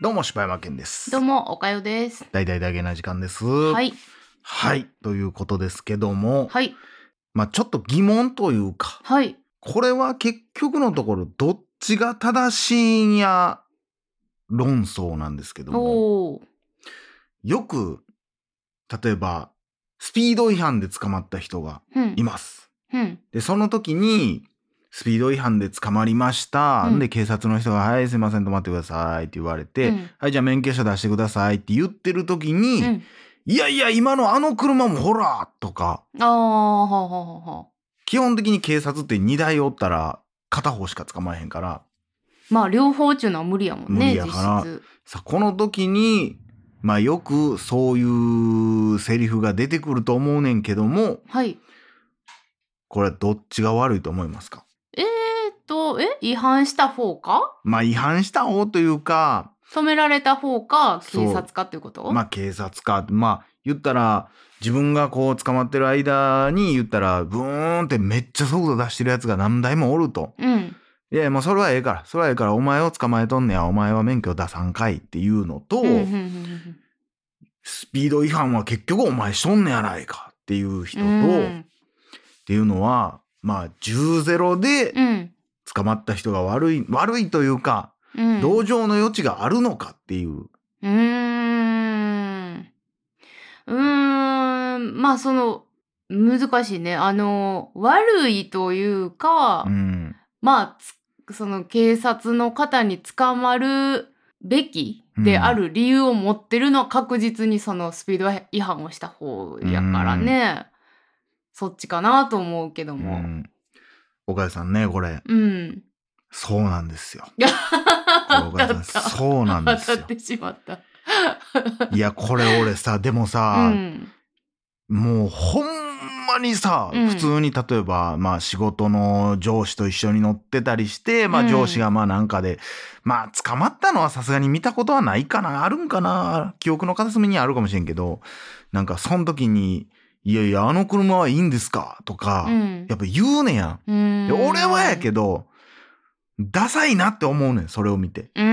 どうも柴山健です。 どうもおかよです。 大々大げな時間です。 はい。 はい、ということですけども、 はい。 ちょっと疑問というか、 はい。 これは結局のところどっちが正しいんや論争なんですけども、 おー。 よく例えばスピード違反で捕まった人がうん。 います。 うん。 で、その時にスピード違反で捕まりました。 うんで、警察の人が、はい、すいません、止まってくださいって言われて、 うん。 はい、じゃあ免許証出してくださいって言ってる時に、 うん。 いやいや、今のあの車もほらとか、 ああ、はあはあはあ。 基本的に警察って2台おったら片方しか捕まえへんから、 まあ両方っていうのは無理やもん無理ね、実やから、 質。 この時に、よくそういうセリフが出てくると思うねんけども、 はい。 これどっちが悪いと思いますか？ 違反した方か違反した方というか、 止められた方か警そう、 察かっていうこと？ 警察か、言ったら、自分がこう捕まってる間に言ったら、ブーンってめっちゃ速度出してるやつが何台もおると。 うん。 いや、もうそれはええから、それはええから、お前を捕まえとんねや、お前は免許出さんかいっていうのと、 うん。うん。 スピード違反は結局お前しとんねやないかっていう人うと、 ん。 っていうのは、10-0でうん。 捕まった人が悪いというか、 うん。 同情の余地があるのかっていう。 うーん。難しいね。悪いというか、まあ、その警察の方に捕まるべきである理由を持ってるのは確実にそのスピード違反をした方やからね。そっちかなと思うけども。 岡谷さんね、これ。 うん。 そうなんですよ。 当たった。 そうなんですよ。 当たってしまった。 いや、これ俺さ、でもうさ、 ん。 もうほんまにさ、 うん普通に例えば、仕事の上司と一緒に乗ってたりして、 うん上司がなんかで、捕まったのはさすがに見たことはないかな、あるんかな、記憶の片隅にあるかもしれんけど、なんかその時に、いやいや、あの車はいいんですかとか、 うんやっぱ言うねやん。で俺はやけど、ダサいなって思うねん、それを見て。 うん。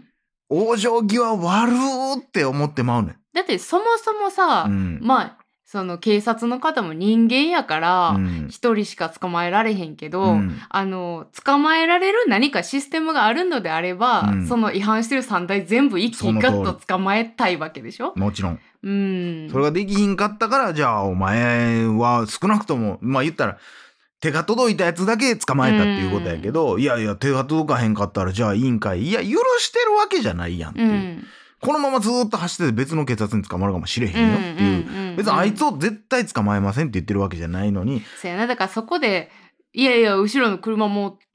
往生際悪ーって思ってまうねん。 だってそもそもさ、その警察の方も人間やから一人しか捕まえられへんけど、捕まえられる何かシステムがあるのであれば、その違反してる3台全部一気にガッと捕まえたいわけでしょ？ もちろん。 うん。 それができひんかったから、じゃあお前は少なくとも、言ったら、手が届いたやつだけ捕まえたっていうことやけど、いやいや、手が届かへんかったら、じゃあいいんかい。いや、許してるわけじゃないやんっていう。このままずーっと走ってて別の警察に捕まるかもしれへんよっていう。別にあいつを絶対捕まえませんって言ってるわけじゃないのに。 そうやな。だからそこで、いやいや、後ろの車持って、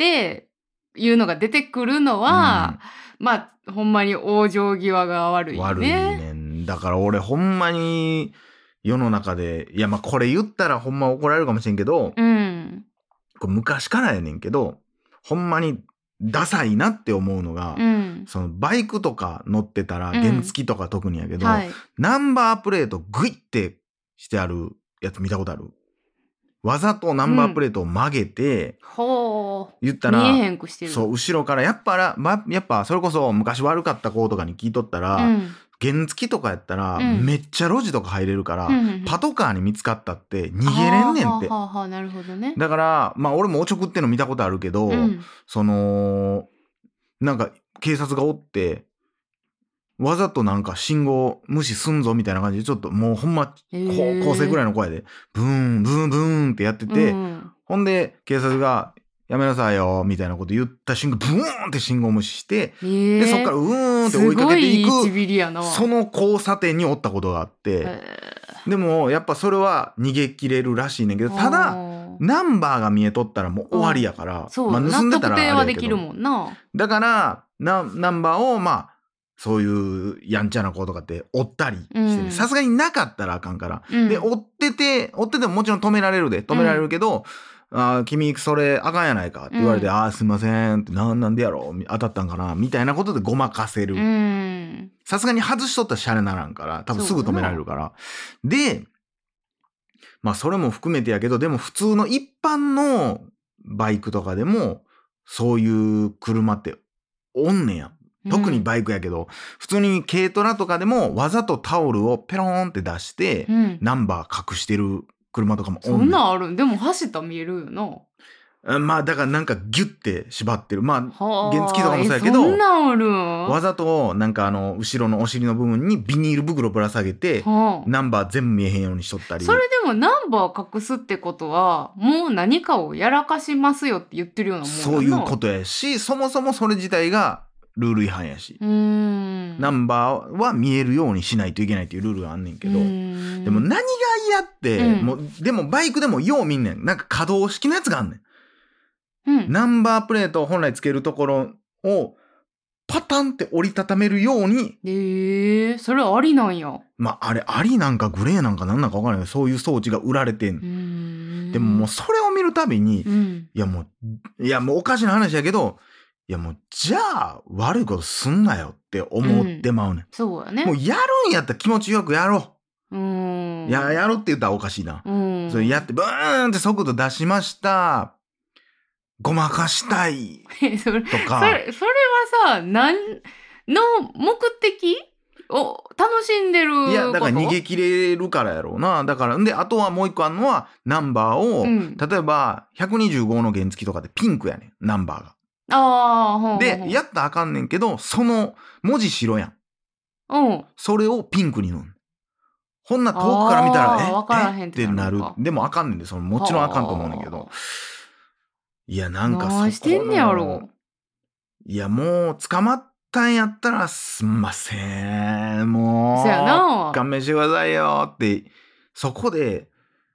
いうのが出てくるのは、ほんまに往生際が悪いね。 悪いねん。だから俺ほんまに世の中で、いやこれ言ったらほんま怒られるかもしれんけど、これ昔からやねんけど、ほんまにダサいなって思うのが、そのバイクとか乗ってたら、原付とか特にやけど、ナンバープレートグイってしてあるやつ見たことある？わざとナンバープレートを曲げて、言ったら、 見えへんくしてる。 そう、後ろからやっぱそれこそ昔悪かった子とかに聞いとったら、原付とかやったら、めっちゃ路地とか入れるから、パトカーに見つかったって逃げれんねんって。 なるほどね。 だから、俺もおちょくっての見たことあるけど、なんか警察がおって、わざとなんか信号無視すんぞみたいな感じで、ちょっともうほんま、高校生ぐらいの声で、ブーン、ブーン、ブーンってやってて、ほんで警察が、やめなさいよ、みたいなこと言った瞬間、ブーンって信号無視して、で、そっからうーんって追いかけていく、その交差点におったことがあって、でも、やっぱそれは逃げ切れるらしいねんけど、ただ、ナンバーが見えとったらもう終わりやから、 盗んでたらあれやけど、 だから、ナンバーを、そういうやんちゃな子とかって追ったりしてね、さすがになかったらあかんから。で、追っててももちろん止められるけど、君それあかんやないかって言われて、すいませんって、なんでやろう当たったんかなみたいなことでごまかせる。さすがに外しとったらシャレならんから、多分すぐ止められるから。で、それも含めてやけど、でも普通の一般のバイクとかでも、そういう車っておんねや。 特にバイクやけど、普通に軽トラとかでもわざとタオルをペローンって出して、ナンバー隠してる車とかもそんなんあるん？でも走ったら見えるよな。 まあだからなんかギュッて縛ってる。まあ原付とかもそうやけそど、 んなんあるん？ わざとなんか後ろのお尻の部分にビニール袋ぶら下げて、ナンバー全部見えへんようにしとったり。 それでもナンバー隠すってことはもう何かをやらかしますよって言ってるようなもんやな。 そういうことやし、そもそもそれ自体がルール違反やし、ナンバーは見えるようにしないといけないっていうルールがあんねんけど、でも何が嫌って、もうでもバイクでもよう見んねん。なんか可動式のやつがあんねん。ナンバープレートを本来つけるところをパタンって折りたためるように。 それありなんや。 まああれありなんかグレーなんかなんなんか分からないけど、そういう装置が売られてん。でももうそれを見るたびに、いやもうおかしな話やけど、いやもうじゃあ悪いことすんなよって思ってまうねん。 そうやね。 もうやるんやったら気持ちよくやろう。やろうって言ったらおかしいな。それやってブーンって速度出しました。ごまかしたいとか。 それはさ、何の目的を楽しんでること？ いやだから逃げ切れるからやろうな。だからであとはもう一個あるのはナンバーを、例えば125の原付とかでピンクやねんナンバーが。でやったらあかんねんけど、その文字白やん。それをピンクに塗る。ほんな遠くから見たらえってなる。でもあかんねんで、もちろんあかんと思うねんけど。いやなんか何してんねやろ。 いやもう捕まったんやったらすんません、もうそうやな、 勘弁してくださいよってそこで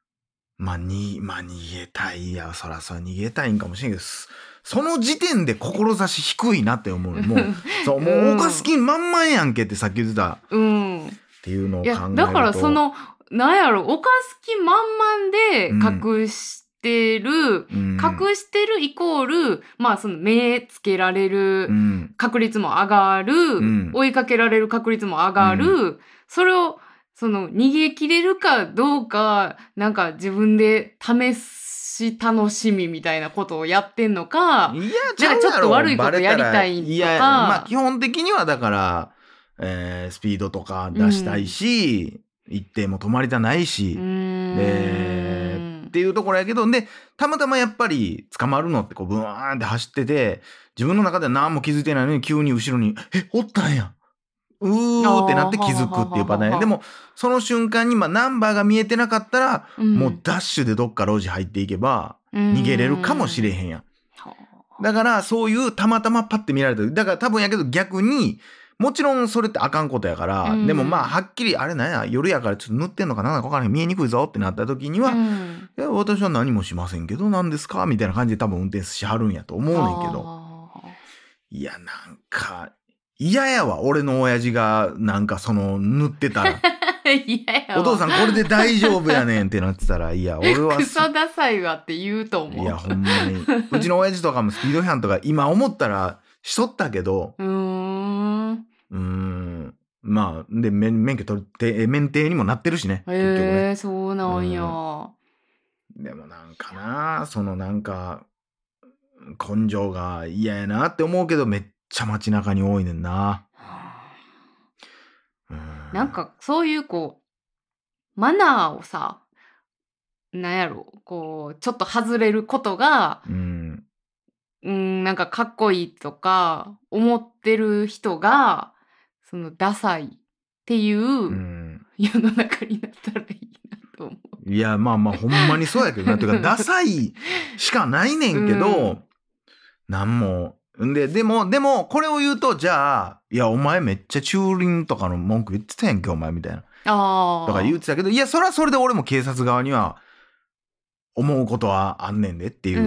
逃げたい。いやそら逃げたいんかもしれんけど、その時点で志低いなって思う。もうもう犯す気満々やんけってさっき言ってた、っていうのを考えると。 だからなんやろ、犯す気満々で隠してる、隠してるイコール、まあ目つけられる確率も上がる、追いかけられる確率も上がる、それを逃げ切れるかどうか、なんか自分で試し楽しみみたいなことをやってんのか、 いやちょっと悪いことやりたいとか。 いやまあ基本的にはだから、スピードとか出したいし、一定も止まりたないし、っていうところやけど、でたまたまやっぱり捕まるのってこうブワーンって走ってて、自分の中では何も気づいてないのに急に後ろにおったんや、ってなって気づくっていうパターンや。でもその瞬間にナンバーが見えてなかったら、もうダッシュでどっか路地入っていけば逃げれるかもしれへんやん。だからそういうたまたまパッて見られた。だから多分やけど逆に、もちろんそれってあかんことやから、でもはっきりあれなんや夜やからちょっと塗ってんのかなんか分からへん、見えにくいぞってなった時には、いや私は何もしませんけど何ですかみたいな感じで多分運転しはるんやと思うねんけど、いやなんか嫌やわ、俺の親父がなんか塗ってたらお父さんこれで大丈夫やねんってなってたら、いや俺はクソダサいわって言うと思う。 いやほんまにうちの親父とかもスピード違反とか今思ったらしとったけど、まあで免許取って免停にもなってるしね、結局ね。 そうなんや。 でもなんかな、なんか根性が嫌やなって思うけど、めっちゃ街中に多いねんな。 なんかそういうマナーをさ、なんやろ、ちょっと外れることが、なんかかっこいいとか思ってる人がダサいっていう世の中になったらいいなと思う。 いやまあほんまにそうやけどなっていうかダサいしかないねんけど、なんもでもこれを言うと、じゃあいやお前めっちゃ駐輪とかの文句言ってたやんけお前みたいな、だから言ってたけど、いやそれはそれで俺も警察側には思うことはあんねんでっていう、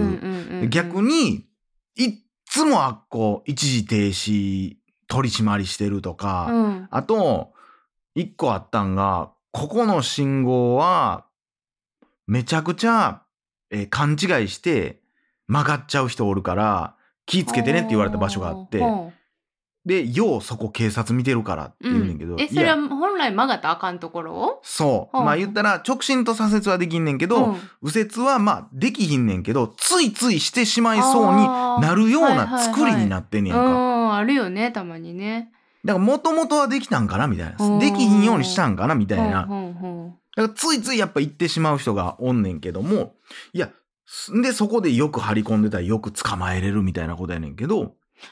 逆にいっつも一時停止取り締まりしてるとか、あと一個あったんが、ここの信号はめちゃくちゃ、勘違いして曲がっちゃう人おるから気ぃつけてねって言われた場所があって、 で、ようそこ警察見てるからって言うねんけど。 それは本来曲がったらあかんところを？ そう。まあ言ったら直進と左折はできんねんけど、右折はまあできひんねんけど、ついついしてしまいそうになるような作りになってんねやんか。 あるよね、たまにね。 だからもともとはできたんかなみたいな。できひんようにしたんかなみたいな。だからついついやっぱ行ってしまう人がおんねんけども、いや、で、そこでよく張り込んでたらよく捕まえれるみたいなことやねんけど、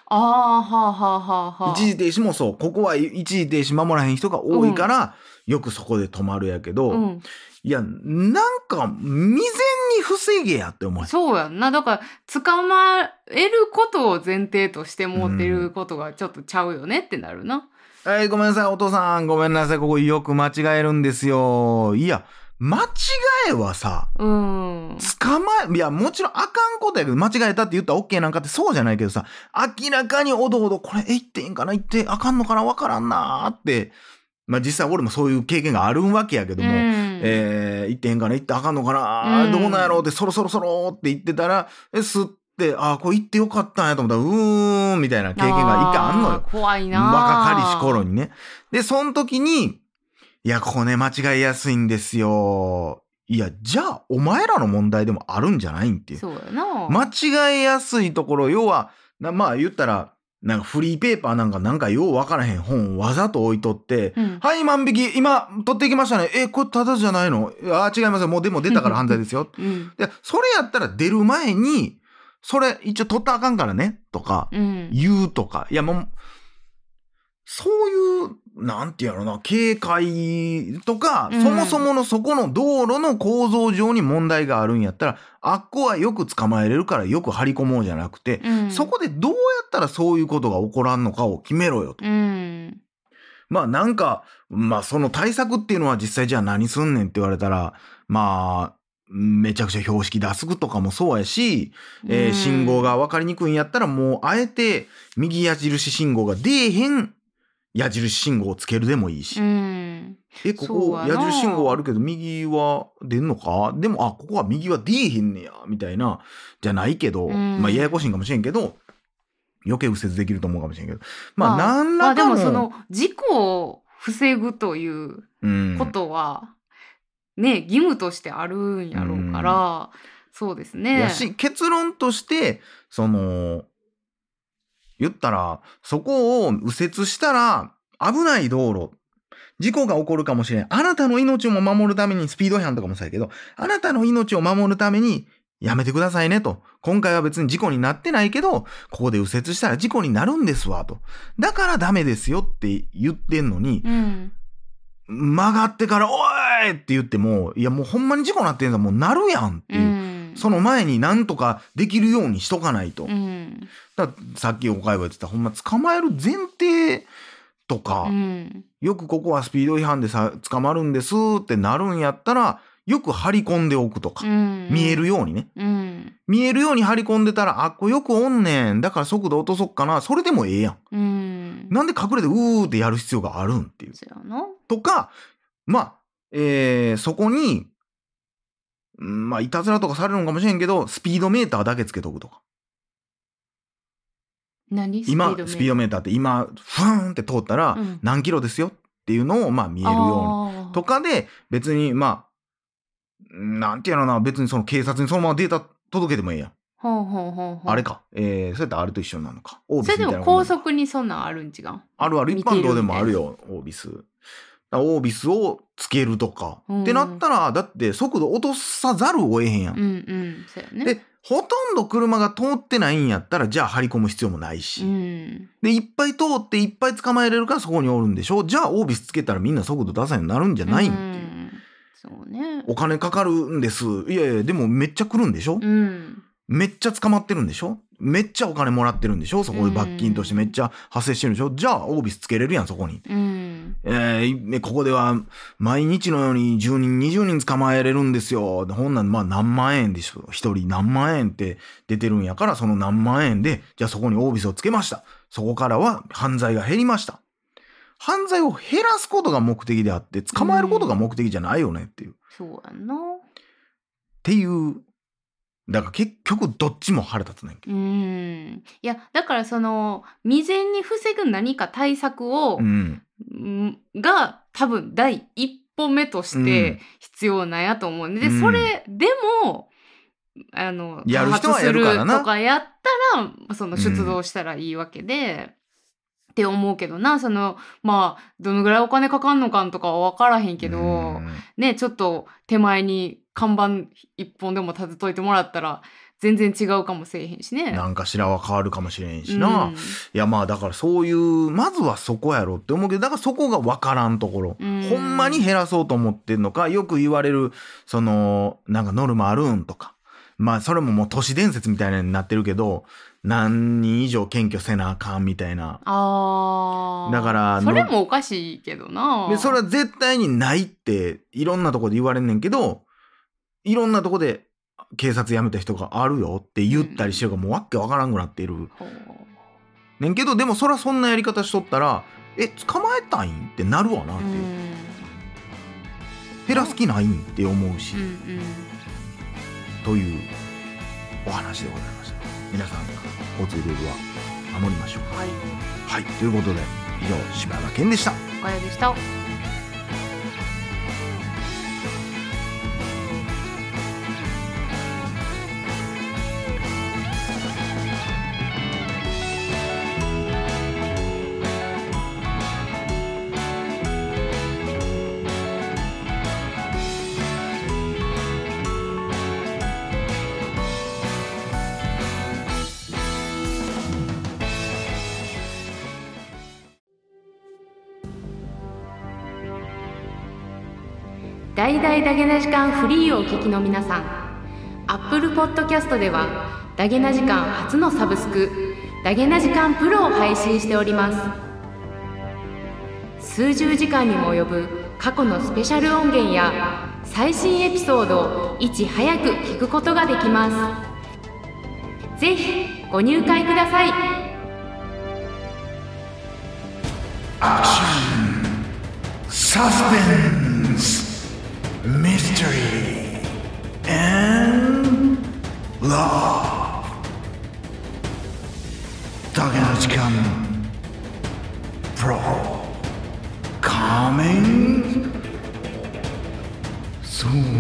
一時停止もそう。ここは一時停止守らへん人が多いから、よくそこで止まるやけど、いや、なんか、未然に防げやって思う。 そうやんな。だから、捕まえることを前提として持ってることがちょっとちゃうよねってなるな。 はい、ごめんなさい、お父さん。ごめんなさい。ここよく間違えるんですよ。いや、間違えはさ、いや、もちろんあかんことやけど、間違えたって言ったら OK なんかってそうじゃないけどさ、明らかにおどおど、これ、言っていいんかな言ってあかんのかなわからんなーって、まあ実際俺もそういう経験があるわけやけども、言ってへんかな言ってあかんのかな、どうなんやろうって、そろそろって言ってたら、すって、これ言ってよかったんやと思ったら、みたいな経験が一回あんのよ。 怖いな。 若かりし頃にね。で、その時に、いや、ここね、間違いやすいんですよ。いや、じゃあ、お前らの問題でもあるんじゃないんっていう。 そうやな。 間違いやすいところ、要は、まあ言ったら、なんかフリーペーパーなんかようわからへん本をわざと置いとって、はい、万引き、今、取ってきましたね。これただじゃないの？違いますよ。もうでも出たから犯罪ですよ。で、それやったら出る前に、それ一応取ったらあかんからね、とか、言うとか。いや、もう、そういう、なんていうやろな、警戒とか、そもそものそこの道路の構造上に問題があるんやったら、あっこはよく捕まえれるからよく張り込もうじゃなくて、そこでどうやったらそういうことが起こらんのかを決めろよと。まあなんか、まあその対策っていうのは実際じゃあ何すんねんって言われたら、まあ、めちゃくちゃ標識出すとかもそうやし、信号が分かりにくいんやったらもうあえて右矢印信号が出えへん矢印信号をつけるでもいいし。ここ矢印信号あるけど右は出んのか？でも、ここは右は出えへんねや、みたいな、じゃないけど、まあややこしいんかもしれんけど、余計右折できると思うかもしれんけど。まあ何らかの。 でもその事故を防ぐということは、ね、義務としてあるんやろうから、そうですね。 やし、結論として、言ったら、そこを右折したら危ない道路、事故が起こるかもしれん。あなたの命を守るために、スピード違反とかもそうやけど、あなたの命を守るためにやめてくださいねと。今回は別に事故になってないけど、ここで右折したら事故になるんですわと。だからダメですよって言ってんのに、曲がってから、おいって言っても、いやもうほんまに事故なってんだもうなるやんっていう。その前になんとかできるようにしとかないと。だからさっき岡山言ってた、ほんま捕まえる前提とか、よくここはスピード違反で捕まるんですってなるんやったら、よく張り込んでおくとか、見えるようにね。見えるように張り込んでたら、これよくおんねん。だから速度落とそっかな。それでもええやん。なんで隠れてうーってやる必要があるんっていう。とか、まあ、そこに、まあ、いたずらとかされるのかもしれんけど、スピードメーターだけつけとくとか。今、スピードメーターって今、ふーんって通ったら、何キロですよっていうのを、まあ見えるように。とかで、別に、まあ、なんていうのな、別にその警察にそのままデータ届けてもええやん。あれか。それやったらあれと一緒なのか。 オービスみたいな。それでも高速にそんなんあるん違う？ あるある。一般道でもあるよ、オービス。オービスをつけるとか。ってなったら、だって速度落とさざるを得へんやん。 そうやね。 で、ほとんど車が通ってないんやったら、じゃあ張り込む必要もないし。で、いっぱい通っていっぱい捕まえれるからそこにおるんでしょ？じゃあオービスつけたらみんな速度出さんようになるんじゃないんっていう。 そうね。 お金かかるんです。いやいや、でもめっちゃ来るんでしょ？めっちゃ捕まってるんでしょ？めっちゃお金もらってるんでしょ？そこで罰金としてめっちゃ発生してるんでしょ？じゃあオービスつけれるやん、そこに。ここでは毎日のように10人20人捕まえれるんですよ。ほんなんまあ何万円でしょ。一人何万円って出てるんやから、その何万円でじゃあそこにオービスをつけました。そこからは犯罪が減りました。犯罪を減らすことが目的であって捕まえることが目的じゃないよねっていう。 そうやんな。っていうだから結局どっちも腹立つねんけど。 いやだから未然に防ぐ何か対策を、が多分第一歩目として必要なんやと思う。で、それでもやる人はやるからな多発するとかやったら出動したらいいわけで。って思うけどな、まあどのぐらいお金かかんのかんとかは分からへんけど、ね、ちょっと手前に看板一本でも立てといてもらったら全然違うかもしれへんしね。 なんかしらは変わるかもしれへんしな。いやまあだからそういうまずはそこやろって思うけど、だからそこが分からんところ、ほんまに減らそうと思ってんのか、よく言われるなんかノルマあるんとか、まあそれももう都市伝説みたいになってるけど、何人以上検挙せなあかんみたいな。だからそれもおかしいけどな。 でそれは絶対にないっていろんなとこで言われんねんけど、いろんなとこで警察辞めた人があるよって言ったりしてるから、もうわけわからんくなっているねんけど、でもそらそんなやり方しとったら捕まえたいんってなるわなっていう、減らす気ないんって思うし、というお話でございました。皆さん交通ルールは守りましょう。はい、ということで以上、柴山健でした。 岡谷でした。大々ダゲな時間フリーをお聞きの皆さん、Apple Podcast ではダゲな時間初のサブスクダゲな時間プロを配信しております。数十時間にも及ぶ過去のスペシャル音源や最新エピソードをいち早く聞くことができます。ぜひご入会ください。 アクション、サスペンス、Mystery and Love。 ダゲな時間 Pro Coming Soon。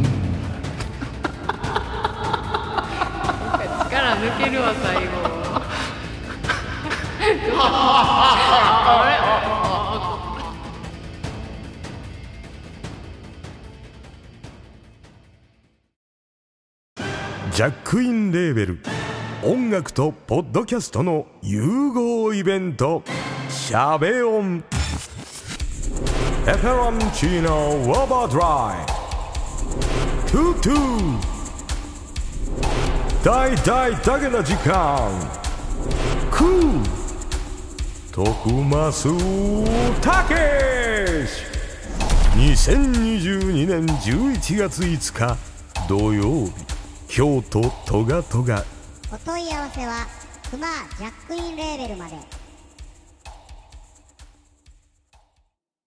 力抜けるわ最後。 ジャックインレーベル音楽とポッドキャストの融合イベント、シャベオンペペロンチーノウォーバードライトゥトゥ大大だけな時間クー徳増たけし。2022年11月5日土曜日、京都トガトガ。 お問い合わせはクマジャックインレーベルまで。